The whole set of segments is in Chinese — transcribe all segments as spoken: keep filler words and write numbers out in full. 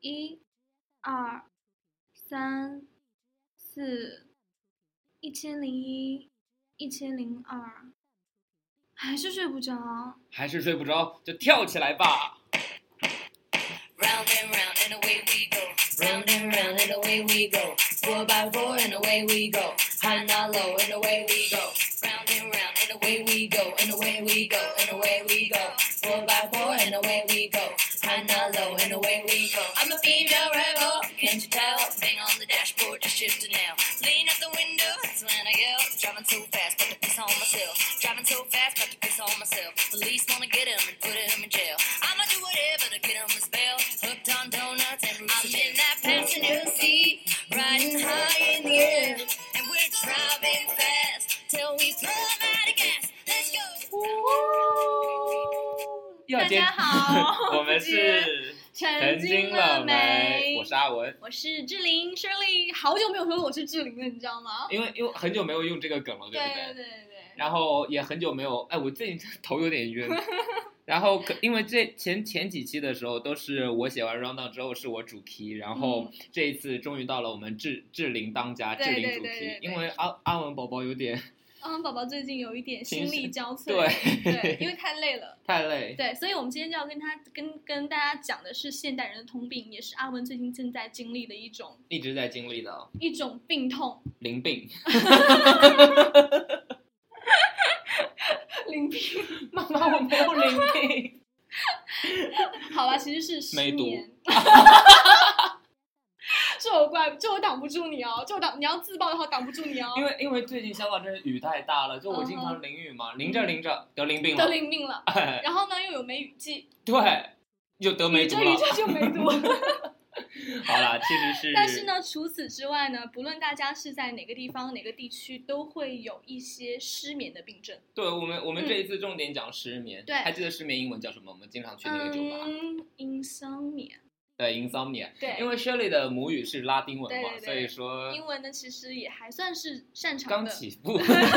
一、二、三、四，一千零一，一千零二，还是睡不着， 还是睡不着，就跳起来吧。 Round and round and away we go. Round and round and away we go. Four by four and away we go. High not low and away we go. Round and round and away we go. And away we go. And away we go. Four by four and away we go. High not low and away we go. I'm a female rebel, can't you tell? Bang on the dashboard, just shift it now. Lean out the window, that's when I yell. Driving so fast, got to piss on myself. Driving so fast, got to piss on myself. Police wanna get him and put him in jail. I'ma do whatever to get him a spell. Hooked on donuts and roots. I'm in that passenger seat, riding high in the air. And we're driving fast till we plumb out of gas. Let's go. 大家好我们是成精了没？ 我是阿文， 我是志玲 Shirley， 好久没有说我是志玲了，你知道吗？ 因为因为很久没有用这个梗了，对不对？ 对对对对。 然后也很久没有，哎，我最近头有点晕。然后可因为这前前几期的时候都是我写完 round down 之后是我主 key， 然后这一次终于到了我们志志玲当家，志玲主 key， 因为阿阿文宝宝有点。 阿文宝宝最近有一点心力交瘁， 对对，因为太累了， 太累， 对，所以我们今天就要跟他跟跟大家讲的是现代人的通病，也是阿文最近正在经历的一种， 一直在经历的一种病痛， 淋病， 淋病， 妈妈我没有淋病， 好了，其实是失眠。这我怪，这我挡不住你哦，这我挡，你要自爆的话挡不住你哦。 因为因为最近香港真的雨太大了，就我经常淋雨嘛，淋着淋着得淋病了， 得淋病了。然后呢，又有梅雨季， 对，就得梅毒了， 雨这就梅毒。 好啦，其实是。 但是呢，除此之外呢，不论大家是在哪个地方、哪个地区，都会有一些失眠的病症。 对，我们我们这一次重点讲失眠。 嗯、对， 还记得失眠英文叫什么？我们经常去那个酒吧。 嗯 ，insomnia。 对 ，insomnia。 对， 因为 Shirley 的母语是拉丁文嘛， 对对对， 所以说英文呢其实也还算是擅长的。 刚起步。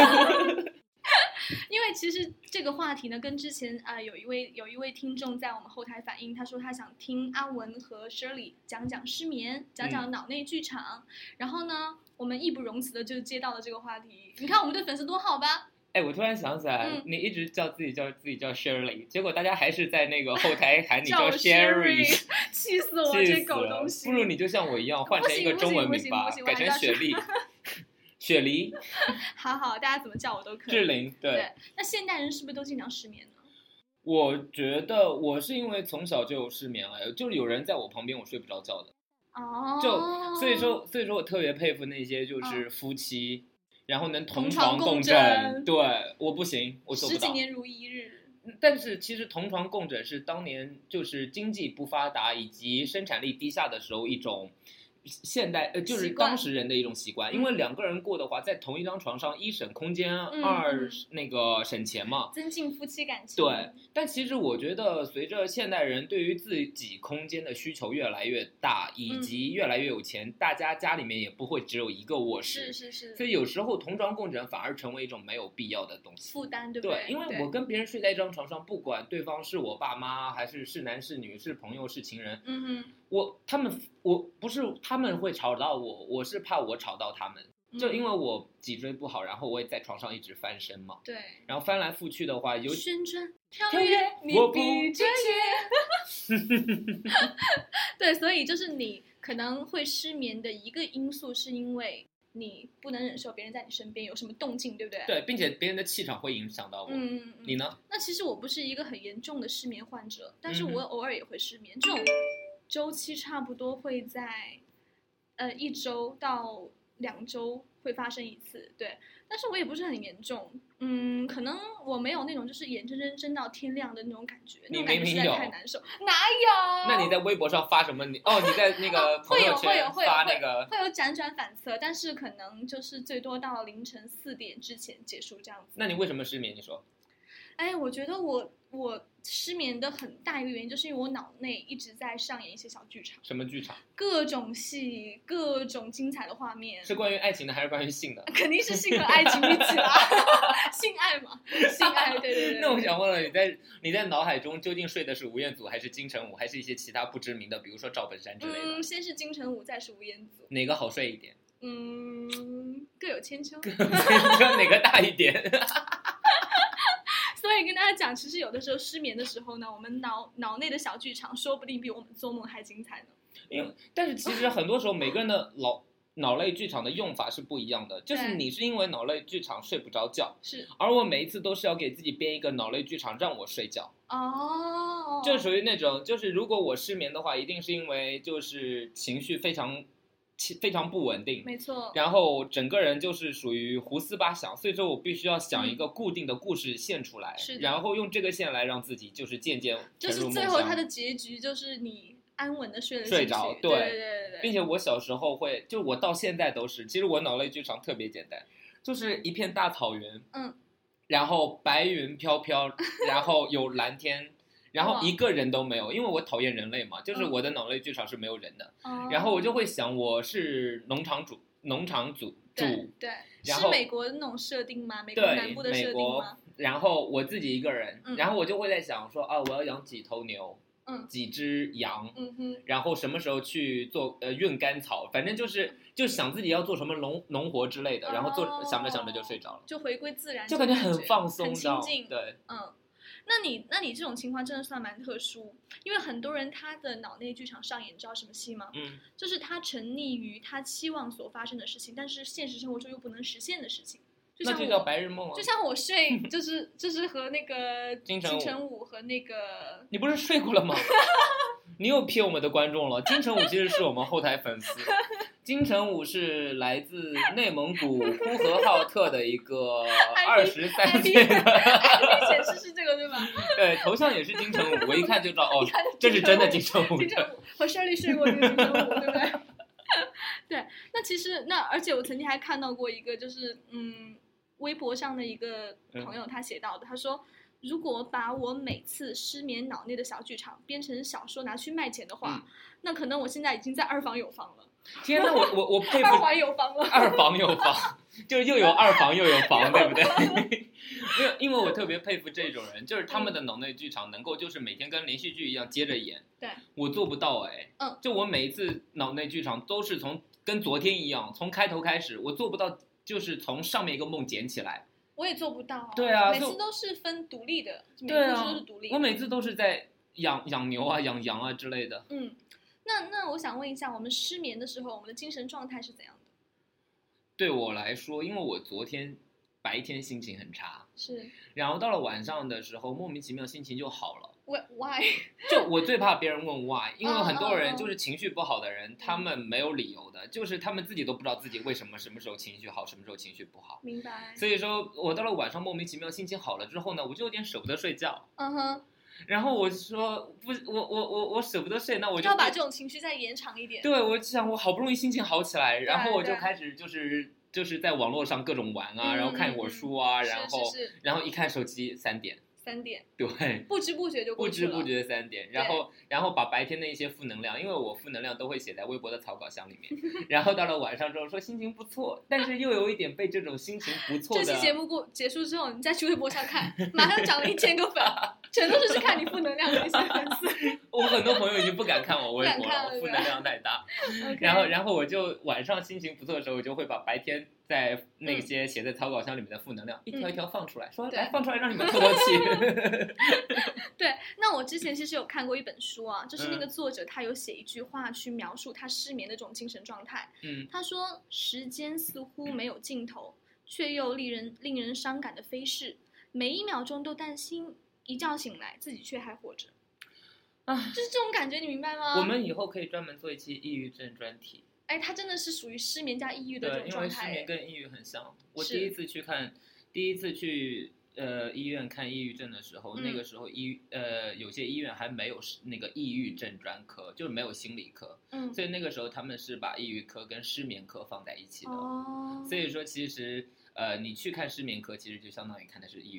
因为其实这个话题呢，跟之前啊、呃、有一位有一位听众在我们后台反映，他说他想听阿文和 Shirley 讲讲失眠，讲讲脑内剧场、嗯。然后呢，我们义不容辞的就接到了这个话题。你看我们对粉丝多好吧？ 哎，我突然想起来、嗯，你一直叫自己叫自己叫 Shirley， 结果大家还是在那个后台喊你叫 Sherry， 气死我这狗东西！ 不如你就像我一样换成一个中文名吧，改成雪莉。雪梨， 好好，大家怎么叫我都可以。 志玲，对。 对，那现代人是不是都经常失眠呢？ 我觉得我是因为从小就有失眠了，就有人在我旁边，我睡不着觉的。 哦。 就所以说，所以说我特别佩服那些就是夫妻。哦，然后能同床共枕， 对，我不行，我做不到。 十几年如一日。 但是其实同床共枕是当年就是经济不发达以及生产力低下的时候一种现代呃就是当时人的一种习惯，因为两个人过的话，在同一张床上，一省空间， 嗯、 二那个省钱嘛， 增进夫妻感情。 对，但其实我觉得随着现代人对于自己空间的需求越来越大，以及越来越有钱，嗯、大家家里面也不会只有一个卧室， 是是是， 所以有时候同床共枕反而成为一种没有必要的东西， 负担，对不对？ 对，因为我跟别人睡在一张床上，不管对方是我爸妈，还是是男是女，是朋友是情人， 嗯哼， 我他们我不是他们会吵到我，我是怕我吵到他们，就因为我脊椎不好，然后我也在床上一直翻身嘛， 对， 然后翻来覆去的话，有旋转跳跃，我不拒绝。对，所以就是你可能会失眠的一个因素，是因为你不能忍受别人在你身边有什么动静，对不对？ 对，并且别人的气场会影响到我。 嗯，嗯你呢？ 那其实我不是一个很严重的失眠患者，但是我偶尔也会失眠，嗯、这种周期差不多会在呃一周到两周会发生一次，对，但是我也不是很严重，嗯，可能我没有那种就是眼睁睁睁到天亮的那种感觉， 你那种感觉实在太难受，哪有？ 那你在微博上发什么？你哦，你在那个朋友圈发那个、 哦、会有会有会有会有辗转反侧，但是可能就是最多到凌晨四点之前结束这样子。 那你为什么失眠？你说？ 哎，我觉得我我失眠的很大一个原因，就是因为我脑内一直在上演一些小剧场， 什么剧场？ 各种戏，各种精彩的画面。 是关于爱情的还是关于性的？ 肯定是性和爱情一起啦，性爱嘛，性爱，对对对。 那我想问了，你在你在脑海中究竟睡的是吴彦祖，还是金城武，还是一些其他不知名的，比如说赵本山之类的？ 嗯，先是金城武，再是吴彦祖。 哪个好睡一点？ 嗯，各有千秋。 各有千秋，哪个大一点？ 所以跟大家讲，其实有的时候失眠的时候呢，我们脑脑内的小剧场说不定比我们做梦还精彩呢。 因为，但是其实很多时候每个人的脑脑类剧场的用法是不一样的，就是对你是因为脑类剧场睡不着觉， 是而我每一次都是要给自己编一个脑类剧场让我睡觉。 哦， 就属于那种，就是如果我失眠的话，一定是因为就是情绪非常非常不稳定， 没错。 然后整个人就是属于胡思巴想，所以说我必须要想一个固定的故事线出来， 是的然后用这个线来让自己就是渐渐就是沉入梦乡最后它的结局就是你安稳的睡了睡着， 对对对对对， 并且我小时候会，就我到现在都是，其实我脑类剧场特别简单，就是一片大草原， 嗯， 然后白云飘飘，然后有蓝天。然后一个人都没有，因为我讨厌人类嘛，就是我的脑类剧场是没有人的。 嗯、 然后我就会想，我是农场主，农场主主， 对， 然后是美国的那种设定吗？美国南部的设定吗？ 然后我自己一个人， 嗯、 然后我就会在想说啊，我要养几头牛， 嗯， 几只羊， 嗯哼， 然后什么时候去做呃运干草，反正就是就想自己要做什么农农活之类的，然后做、 哦、 想着想着就睡着了， 就回归自然， 就感觉很放松， 很清静， 对， 嗯。那你那你这种情况真的算蛮特殊，因为很多人他的脑内剧场上演，你知道什么戏吗？ 嗯， 就是他沉溺于他期望所发生的事情，但是现实生活中又不能实现的事情。就像我那就叫白日梦啊。 就像我睡，就是就是和那个金城城武和那个， 你不是睡过了吗？你又骗我们的观众了。金城武其实是我们后台粉丝，金城武是来自内蒙古呼和浩特的一个二十三岁的， 显示是这个对吧？ 对，头像也是金城武，我一看就知道哦，这是真的金城武。 金城武和舍利睡过这个金城武，对不对？对，那其实那而且我曾经还看到过一个，就是嗯，微博上的一个朋友他写到的，他说。如果把我每次失眠脑内的小剧场编成小说拿去卖钱的话，嗯、那可能我现在已经在二房有房了。 天哪，我我我佩服二房有房了， 二房有房，就是又有二房又有房，对不对？没有，因为我特别佩服这种人，就是他们的脑内剧场能够就是每天跟连续剧一样接着演。 对， 我做不到哎， 嗯， 就我每一次脑内剧场都是从跟昨天一样，从开头开始，我做不到，就是从上面一个梦捡起来。 我也做不到、啊， 对啊， 每次都是分独立的， 对啊， 每次都是独立的。 我每次都是在养养牛啊、养羊啊之类的。 嗯，那那我想问一下，我们失眠的时候，我们的精神状态是怎样的？ 对我来说，因为我昨天白天心情很差， 是， 然后到了晚上的时候，莫名其妙心情就好了。 Why？ 就我最怕别人问 why， 因为很多人就是情绪不好的人， oh, oh, oh. 他们没有理由的，就是他们自己都不知道自己为什么什么时候情绪好，什么时候情绪不好。 明白。 所以说我到了晚上莫名其妙心情好了之后呢，我就有点舍不得睡觉。 嗯哼。 然后我说不，我我我我舍不得睡，那我就要把这种情绪再延长一点。 对，我想我好不容易心情好起来，然后我就开始就是就是在网络上各种玩啊， 嗯、 然后看会儿书啊， 嗯、 然后是是是然后一看手机三点。 三点， 对， 不知不觉就过去了， 不知不觉三点，然后然后把白天的一些负能量，因为我负能量都会写在微博的草稿箱里面，然后到了晚上之后说心情不错，但是又有一点被这种心情不错的。 这期节目过结束之后，你再去微博上看，马上涨了一千个粉，全都是去看你负能量的那些粉丝。 我很多朋友已经不敢看我微博了，负能量太大。然后然后我就晚上心情不错的时候，我就会把白天在那些写在草稿箱里面的负能量、嗯、一条一条放出来，说来放出来让你们透透气。 对，那我之前其实有看过一本书啊，就是那个作者他有写一句话去描述他失眠的这种精神状态。 嗯， 他说时间似乎没有尽头，却又令人令人伤感的飞逝，每一秒钟都担心一觉醒来自己却还活着。啊，就是这种感觉，你明白吗？ 我们以后可以专门做一期抑郁症专题。 哎，他真的是属于失眠加抑郁的这种状态。 对，因为失眠跟抑郁很像。我第一次去看，第一次去呃医院看抑郁症的时候，嗯、那个时候医呃有些医院还没有那个抑郁症专科，就是没有心理科。嗯，所以那个时候他们是把抑郁科跟失眠科放在一起的。 哦， 所以说其实呃你去看失眠科，其实就相当于看的是抑郁科。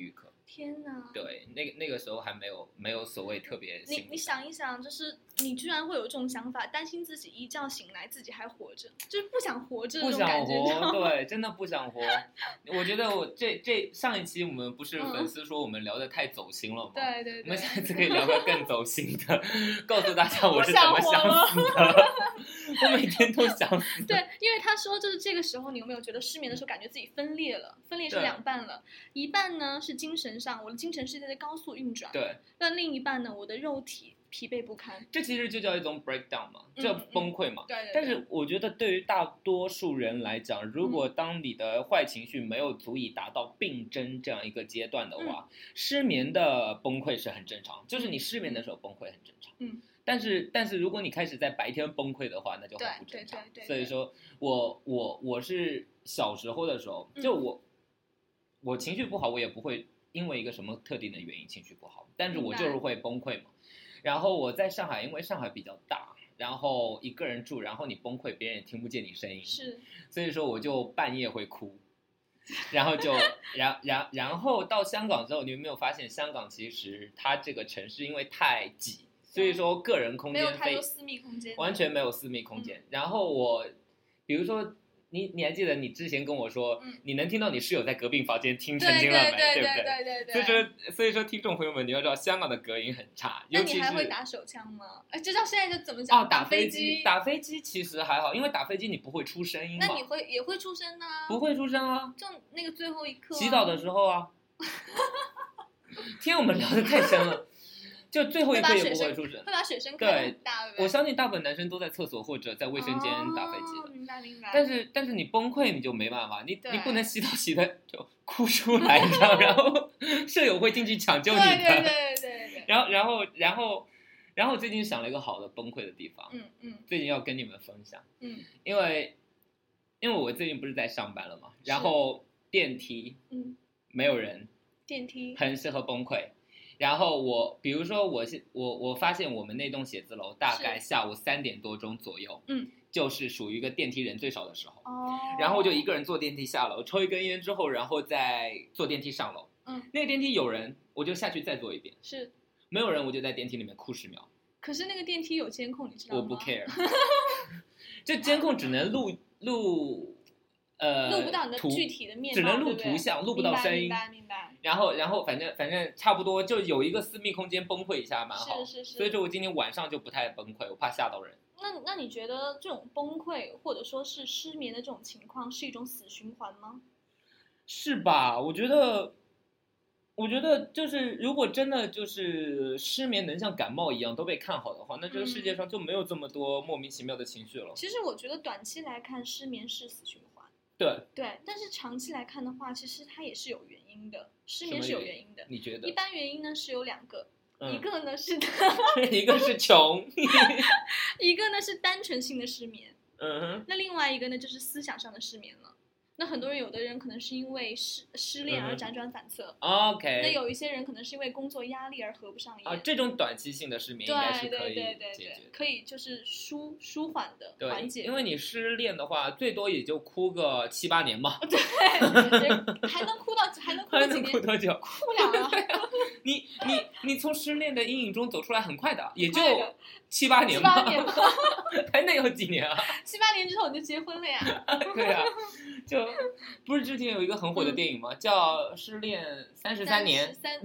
天哪！ 对，那个那个时候还没有没有所谓特别幸福。 你你想一想，就是你居然会有这种想法，担心自己一觉醒来自己还活着，就是不想活着不那种感想觉。 活，对，真的不想活。我觉得我这这上一期我们不是粉丝说我们聊得太走心了吗？ 对对对， 我们下次可以聊个更走心的，告诉大家我是怎么想死的。我每天都想死。 对，因为他说就是这个时候，你有没有觉得失眠的时候感觉自己分裂了？分裂是两半了，一半呢是精神上，我的精神是在高速运转， 对， 但另一半呢，我的肉体疲惫不堪。 这其实就叫一种 breakdown 嘛，这崩溃嘛。 嗯嗯、对, 对, 对。 但是我觉得对于大多数人来讲，如果当你的坏情绪没有足以达到病症这样一个阶段的话，嗯、失眠的崩溃是很正常，就是你失眠的时候崩溃很正常。 嗯。 但是，但是如果你开始在白天崩溃的话，那就很不正常。 对对对对对。 所以说我我我是小时候的时候，就我、嗯、我情绪不好，我也不会因为一个什么特定的原因情绪不好，但是我就是会崩溃嘛。然后我在上海，因为上海比较大，然后一个人住，然后你崩溃，别人也听不见你声音， 是， 所以说我就半夜会哭，然后就然然然后到香港之后，你有没有发现香港其实它这个城市因为太挤。所以说个人空间没有太多私密空间， 完全没有私密空间。嗯、然后我，比如说你你还记得你之前跟我说，嗯、你能听到你室友在隔壁房间听陈经了没？ 对不对？ 对对对。 所以说所以说听众朋友们，你要知道香港的隔音很差，尤其是。 那你还会打手枪吗？哎，就像现在就怎么讲？ 哦，打飞机，打飞机其实还好，因为打飞机你不会出声音嘛。 那你会也会出声啊？ 不会出声啊， 就那个最后一刻、啊。 洗澡的时候啊。天，我们聊得太深了。就最后一刻也不会出声， 会把水声开很大，对， 我相信大部分男生都在厕所或者在卫生间打飞机的。 哦、明白明白。 但是但是你崩溃你就没办法，你你不能洗澡洗的就哭出来，你知道，然后舍友会进去抢救你的。 对对对对对。 然后然后然后然后最近想了一个好的崩溃的地方， 嗯嗯， 最近要跟你们分享， 嗯， 因为因为我最近不是在上班了嘛，然后电梯， 嗯， 没有人， 电梯很适合崩溃。然后我，比如说我是我，我发现我们那栋写字楼大概下午三点多钟左右， 嗯， 就是属于一个电梯人最少的时候。 哦。 然后我就一个人坐电梯下楼，抽一根烟之后，然后再坐电梯上楼。 嗯。 那个电梯有人，我就下去再坐一遍。 是。 没有人，我就在电梯里面哭十秒。 可是那个电梯有监控，你知道吗？ 我不 care。这监控只能录录。呃， 录不到你的具体的面貌， 只能录图像，录不到声音。 明白明白。 然后，然后反正反正差不多，就有一个私密空间崩溃一下蛮好。 是是是。 所以说我今天晚上就不太崩溃，我怕吓到人。 那那你觉得这种崩溃或者说是失眠的这种情况是一种死循环吗？ 是吧？我觉得，我觉得就是如果真的就是失眠能像感冒一样都被看好的话，那这个世界上就没有这么多莫名其妙的情绪了。 嗯、其实我觉得短期来看，失眠是死循环。 对对，但是长期来看的话，其实它也是有原因的，失眠是有原因的。 你觉得？ 一般原因呢是有两个， 嗯、 一个呢是一个是穷， 一个呢是单纯性的失眠， 嗯哼， 那另外一个呢就是思想上的失眠了。那很多人，有的人可能是因为失失恋而辗转反侧、 嗯、，OK。 那有一些人可能是因为工作压力而合不上眼。 啊，这种短期性的失眠应该是可以解决的，对对对对， 可以就是舒舒缓的缓解。 因为你失恋的话，最多也就哭个七八年嘛。 对，还能哭到还能哭还能哭多久？ 哭不了了。 你你你从失恋的阴影中走出来很快的，也就七八年嘛。七八年还能有几年啊？ 七八年之后你就结婚了呀？ 对啊。就不是之前有一个很火的电影吗？嗯、叫《失恋三十三年》。 三。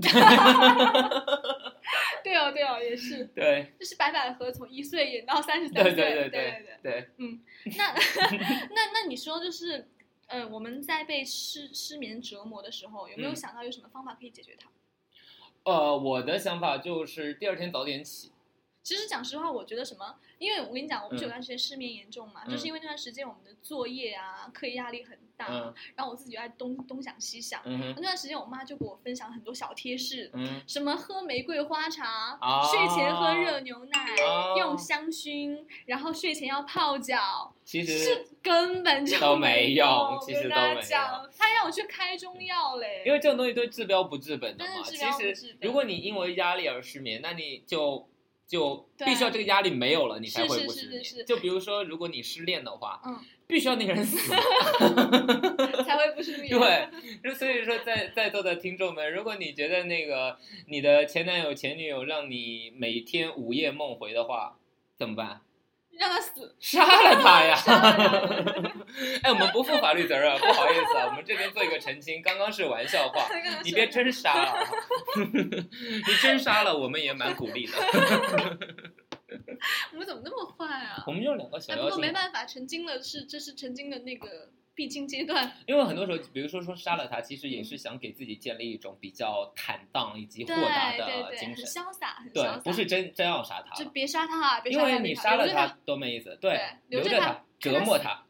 对哦，对哦，也是。 对。 就是白百合从一岁演到三十三岁。 对对对对对对对。 嗯，那那那你说就是，呃，我们在被失失眠折磨的时候，有没有想到有什么方法可以解决它？ 嗯、呃，我的想法就是第二天早点起。 其实讲实话，我觉得什么？因为我跟你讲，我们有段时间失眠严重嘛，嗯、就是因为那段时间我们的作业啊、课业压力很大， 嗯、 然后我自己就爱东东想西想。 嗯、 那段时间，我妈就给我分享很多小贴士， 嗯、 什么喝玫瑰花茶， 哦、 睡前喝热牛奶， 哦、 用香薰，然后睡前要泡脚。 其实是根本就都没用， 其实都没用。 他让我去开中药嘞， 因为这种东西都治标不治本的嘛。 其实，如果你因为压力而失眠，那你就。 就必须要这个压力没有了，你才会不失眠。 是是是是就比如说，如果你失恋的话， 嗯， 必须要那个人死才会不失眠。 对，所以说在在座的听众们，如果你觉得那个你的前男友前女友让你每天午夜梦回的话，怎么办？ 让他死， 杀了他呀！ 杀了他哎，我们不负法律责任，不好意思啊，我们这边做一个澄清，刚刚是玩笑话，你别真杀了，你真杀了，我们也蛮鼓励的。 我们怎么那么坏啊？ 我们就两个小哎， 妖精， 不过没办法，曾经的是这是曾经的那个必经阶段。 因为很多时候，比如说说杀了他，其实也是想给自己建立一种比较坦荡以及豁达对对对，很的精神。 潇洒，很潇对洒。， 不是真真要杀他就了， 别杀他啊！别杀他， 因为你杀了留着他他多没意思。对， 对留着他留着他，折磨他。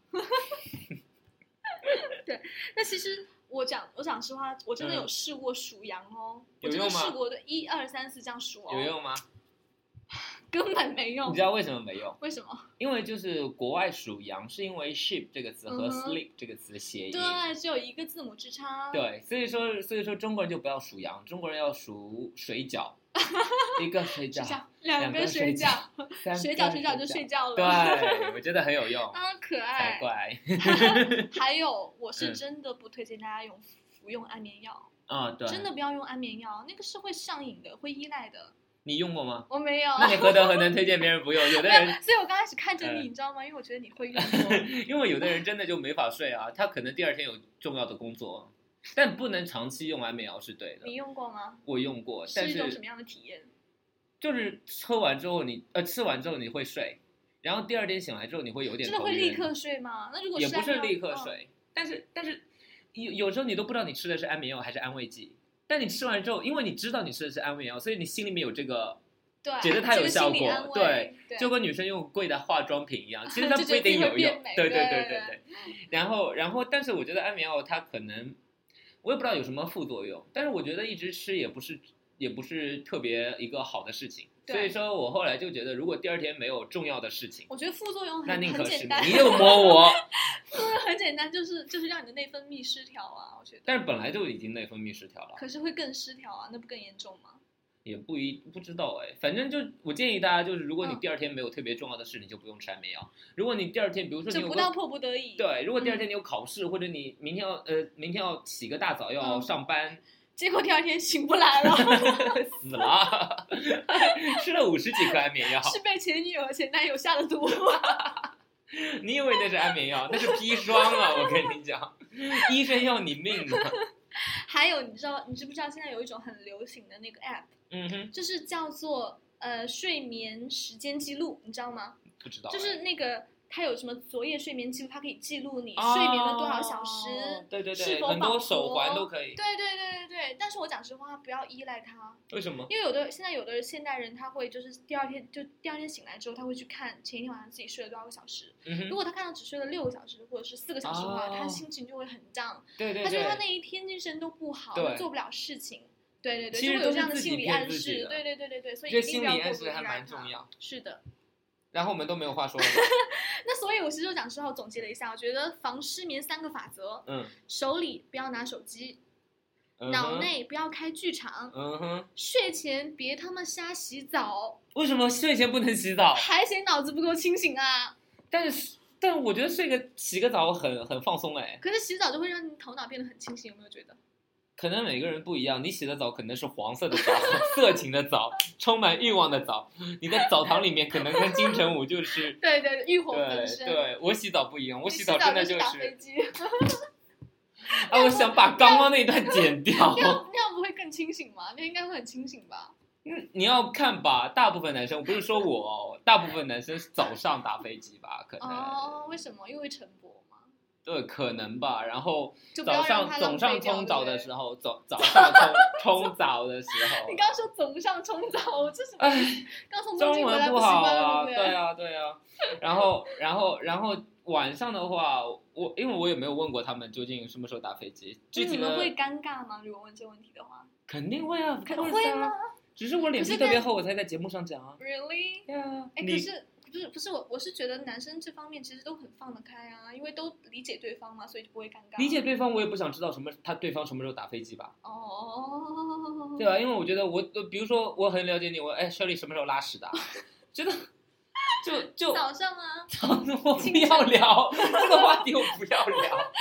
对，那其实我讲我讲实话，我真的有嗯试过数羊哦，我真的有用吗试过的，一二三四这样数哦， 有用吗？ 根本没用你知。道为什么没用？ 为什么？ 因为就是国外属羊，是因为 sheep 这个词和嗯哼 sleep 这个词谐音。 对，只有一个字母之差。 对，所以说所以说中国人就不要属羊，中国人要属水饺，一个水饺， 两个水饺， 三水饺水饺就睡觉了。 对，我觉得很有用， 啊，可才爱。 怪。 还有，我是嗯真的不推荐大家用服用安眠药， 啊、对， 真的不要用安眠药，那个是会上瘾的，会依赖的。 你用过吗？ 我没有。 那你何德何能推荐别人不用？有的没有， 人， 所以我刚开始看着你， 嗯你知道吗？因为我觉得你会用过。 因为有的人真的就没法睡啊，他可能第二天有重要的工作，但不能长期用安眠药是对的你。用过吗？ 我用过，但是是一种什么样的体验？ 就是喝完之后你呃吃完之后你会睡，然后第二天醒来之后你会有点真的头晕会立刻睡吗？那如果也不是安眠药立刻，睡，但是但是有有时候你都不知道你吃的是安眠药还是安慰剂，但你吃完之后，因为你知道你吃的是安慰药，所以你心里面有这个嗯对， 觉得它有效果这个心理安，慰对， 对， 就跟女生用贵的化妆品一样，其实它就不一定有用觉得自己会变美， 对对对对对。然后然后，但是我觉得安眠药它可能我也不知道有什么副作用，但是我觉得一直吃也不是也不是特别一个好的事情， 对所以说我后来就觉得，如果第二天没有重要的事情， 我觉得副作用那很宁可是很简单， 你又摸我。 副作用很简单，就是就是让你的内分泌失调啊，我觉得。 但是本来就已经内分泌失调了， 可是会更失调啊，那不更严重吗？ 也不一不知道哎，反正就我建议大家就是，如果你嗯第二天没有特别重要的事，你就不用吃安眠药。如果你第二天，比如说你有个就不到迫不得已。。 对，如果第二天你有考试，或者你明天要呃明天要起个大早要嗯上班， 结果第二天醒不来了， 死了，吃了五十几颗安眠药， 是被前女友和前男友下的毒。 你以为那是安眠药？那是砒霜啊！我跟你讲，医生要你命的。 还有，你知道你知不知道现在有一种很流行的那个 app， 嗯哼， 就是叫做呃睡眠时间记录，你知道吗？ 不知道哎， 就是那个它有什么昨夜睡眠记录，它可以记录你哦睡眠了多少小时， 对对是对，很多否饱和手环都可以。 对对对对对，但是我讲实话，不要依赖它， 为什么？ 因为有的现在有的现代人他会就是第二天就第二天醒来之后，他会去看前一天晚上自己睡了多少个小时。 嗯哼， 如果他看到只睡了六个小时或者是四个小时的话， 哦他心情就会很 down， 对对他觉得他那对， 一天精神都不好， 对他做不了事情。对对对， 其实都是就会有这样的自己心理暗骗自己的。 示对对对对对，所以这一定不要心理暗过度依赖示还蛮它重要。 是的。 然后我们都没有话说了。 那所以，我其实就讲实话，我总结了一下，我觉得防失眠三个法则： 嗯， 手里不要拿手机， 嗯哼脑内不要开剧场， 嗯哼， 睡前别他妈瞎洗澡， 为什么睡前不能洗澡？ 还嫌脑子不够清醒啊？ 但是，但我觉得睡个洗个澡很很放松哎。 可是洗澡就会让你头脑变得很清醒，有没有觉得？ 可能每个人不一样，你洗的澡可能是黄色的澡，色情的澡，充满欲望的澡。你在澡堂里面可能跟金城武就是对对，欲火对焚身。 对，我洗澡不一样，我你洗洗澡真的就是打飞是机， 啊，我想把刚刚那一段剪掉。 那样那样不会更清醒吗？那应该会很清醒吧？ 嗯，你要看吧，大部分男生，我不是说我哦，大部分男生早上打飞机吧，可能、 哦，为什么？因为晨勃吗？ 对，可能吧。然后就不要早上让它浪总上费掉冲澡的对不对时候，早早上冲冲澡的时候你，刚刚说总上冲澡，这是哎， 刚从东中京回来文不好习惯了， 啊， 对不对啊，对啊。然后，然后，然后晚上的话，我因为我也没有问过他们究竟什么时候打飞机，具体的那你们会尴尬吗？如果问这个问题的话， 肯定会啊， 可 of 能 course 啊会吗？ 只是我脸可是皮特别厚，我才在节目上讲啊。 ？Really？ 对啊， 哎，可你是不是不是我，我是觉得男生这方面其实都很放得开啊，因为都理解对方嘛，所以就不会尴尬。 理解对方，我也不想知道什么他对方什么时候打飞机吧。 哦， 对吧？因为我觉得我，比如说我很了解你，我哎，Shirley什么时候拉屎的？觉得就就早上啊， 早我不要聊这个话题，我不要聊。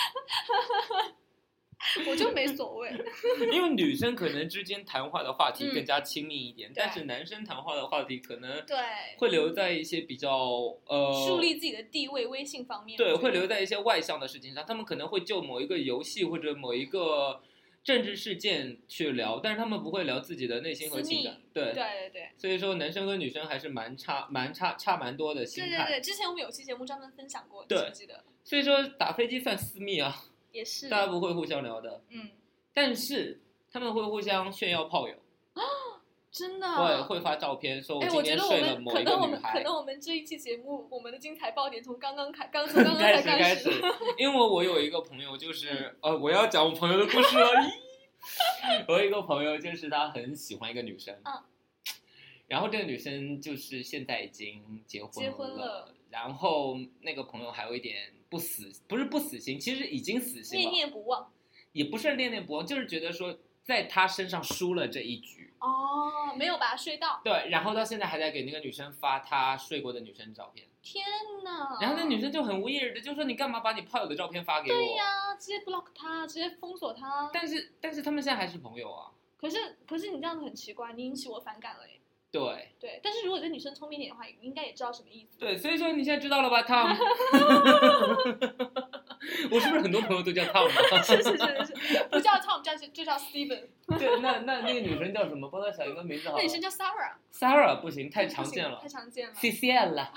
我就没所谓， 因为女生可能之间谈话的话题更加亲密一点， 嗯、 但是男生谈话的话题可能对会留在一些比较呃树立自己的地位、威信方面， 对，会留在一些外向的事情上。他们可能会就某一个游戏或者某一个政治事件去聊，但是他们不会聊自己的内心和情感。对对对对， 所以说男生跟女生还是蛮差、蛮差、差蛮多的心态。 对对对，之前我们有期节目专门分享过， 对， 记不记得？ 所以说打飞机算私密啊。 也是， 大家不会互相聊的， 嗯， 但是他们会互相炫耀炮友， 真的， 对，会发照片说我今天睡了某一个女孩。 可能我们这一期节目，我们的精彩爆点从刚刚开，刚从刚刚才开始开始，因为我有一个朋友，就是呃，我要讲我朋友的故事了。我有一个朋友，就是他很喜欢一个女生， 嗯， 然后这个女生就是现在已经结婚了， 结婚了， 然后那个朋友还有一点不死，不是不死心，其实已经死心了， 念念不忘， 也不是念念不忘，就是觉得说在他身上输了这一局。 哦，没有把他睡到。 对，然后到现在还在给那个女生发他睡过的女生照片。 天哪！ 然后那女生就很 weird 的就说：“你干嘛把你炮友的照片发给我？” 对呀，直接 block 他，直接封锁他。 但是但是他们现在还是朋友啊。 可是可是你这样子很奇怪，你引起我反感了耶。 对对，但是如果这女生聪明一点的话，应该也知道什么意思。 对，所以说你现在知道了吧 ，Tom？ 我是不是很多朋友都叫 Tom？ 是是是是，不叫 Tom， 叫就叫 Steven。 对，那那那个女生叫什么？帮她想一个名字好了。 那女生叫 Sarah。 Sarah 不行，太常见了。 太常见了。 C C L 了。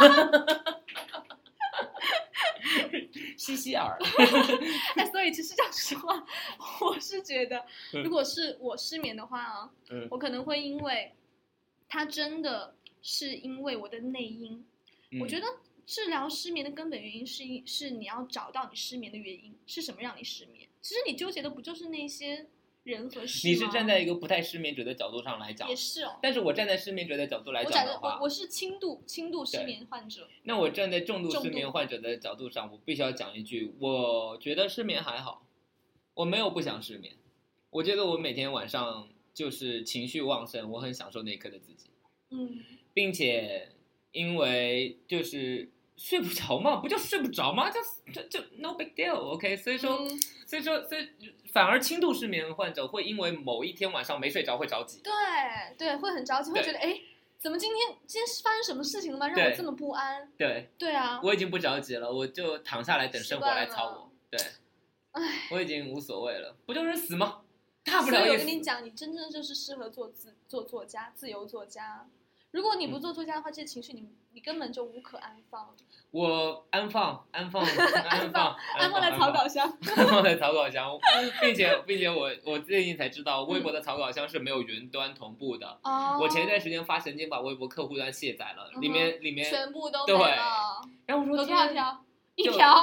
西西尔。 哎，所以其实讲实话，我是觉得，如果是我失眠的话啊， 嗯、 我可能会因为。它真的是因为我的内因， 嗯、 我觉得治疗失眠的根本原因是是你要找到你失眠的原因是什么让你失眠。其实你纠结的不就是那些人和事吗？ 你是站在一个不太失眠者的角度上来讲， 也是哦。 但是我站在失眠者的角度来讲的话， 我, 我是轻度轻度失眠患者。 那我站在重度失眠患者的角度上，我必须要讲一句，我觉得失眠还好，我没有不想失眠，我觉得我每天晚上。就是情绪旺盛，我很享受那一刻的自己， 嗯， 并且因为就是睡不着嘛，不就睡不着吗？就就就 no big deal，OK，、okay? 所以说、嗯，所以说，所以反而轻度失眠患者会因为某一天晚上没睡着会着急， 对对，会很着急，会觉得哎，怎么今天今天是发生什么事情了吗？让我这么不安？ 对对啊， 我已经不着急了，我就躺下来等生活来操我，对， 哎， 我已经无所谓了，不就是死吗？大不了所以我跟你讲，你真正就是适合做自做作家，自由作家。如果你不做作家的话，嗯、这些情绪你你根本就无可安放。 我安放，安放，安放， 安放在草稿箱， 安放在草稿箱，并且并且我我最近才知道，微博的草稿箱是没有云端同步的。 哦、嗯。 我前一段时间发神经把微博客户端卸载了， 嗯、 里面里面全部都没了。 然后我说有多少条？一条。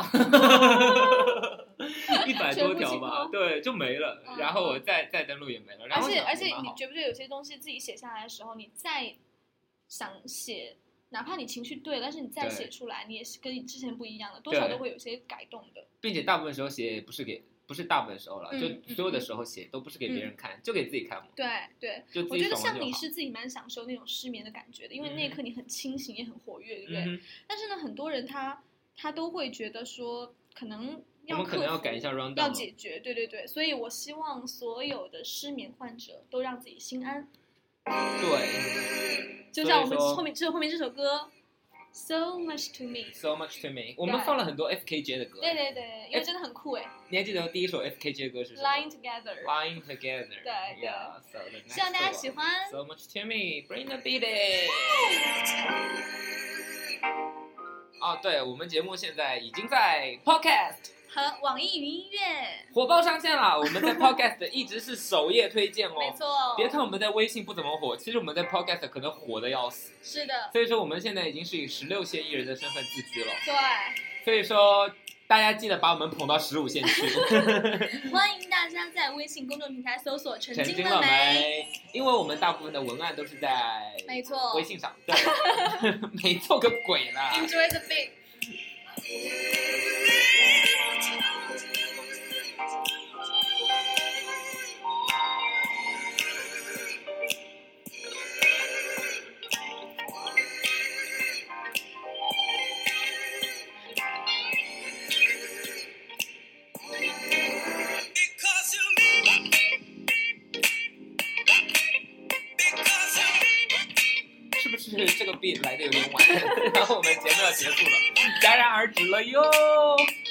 一百多条吧，对，就没了。嗯、然后我再再登录也没了。然后而且而且，你觉不觉得有些东西自己写下来的时候，你再想写，哪怕你情绪对，但是你再写出来，你也是跟之前不一样的，多少都会有些改动的。 并且大部分时候写不是给，不是大部分时候了， 嗯、 就所有的时候写、嗯、都不是给别人看，嗯、就给自己看嘛。 对对， 就我觉得像你是自己蛮享受那种失眠的感觉的，因为那一刻你很清醒，也很活跃，对不对？ 嗯、 但是呢，很多人他他都会觉得说，可能。 我们可能要改一下 rundown， 要解决，对对对，所以我希望所有的失眠患者都让自己心安。 对， 就像我们后面这后面这首歌 ，So much to me，So much to me， 我们放了很多 F K J 的歌， 对对对，因为真的很酷哎。 你还记得第一首 F K J 歌是什么 ？Lying Together。Lying Together。 对对。 Yeah, so the next 希望大家喜欢。 So much to me, bring the beat in。哦，对，我们节目现在已经在 Podcast。 和网易云音乐火爆上线了，我们在 Podcast 一直是首页推荐哦。 没错， 别看我们在微信不怎么火，其实我们在 Podcast 可能火的要死。 是的， 所以说我们现在已经是以十六线艺人的身份自居了。 对， 所以说大大家记得把我们捧到十五线去。 欢迎大家在微信公众平台搜索“成成精了精了没没？因为我们大部分的文案都是在”， 没错微信上。对，没错个鬼啦！ ，Enjoy the beat。 是不是这个 beat 来的有点晚？然后我们节目要结束了，戛然而止了哟。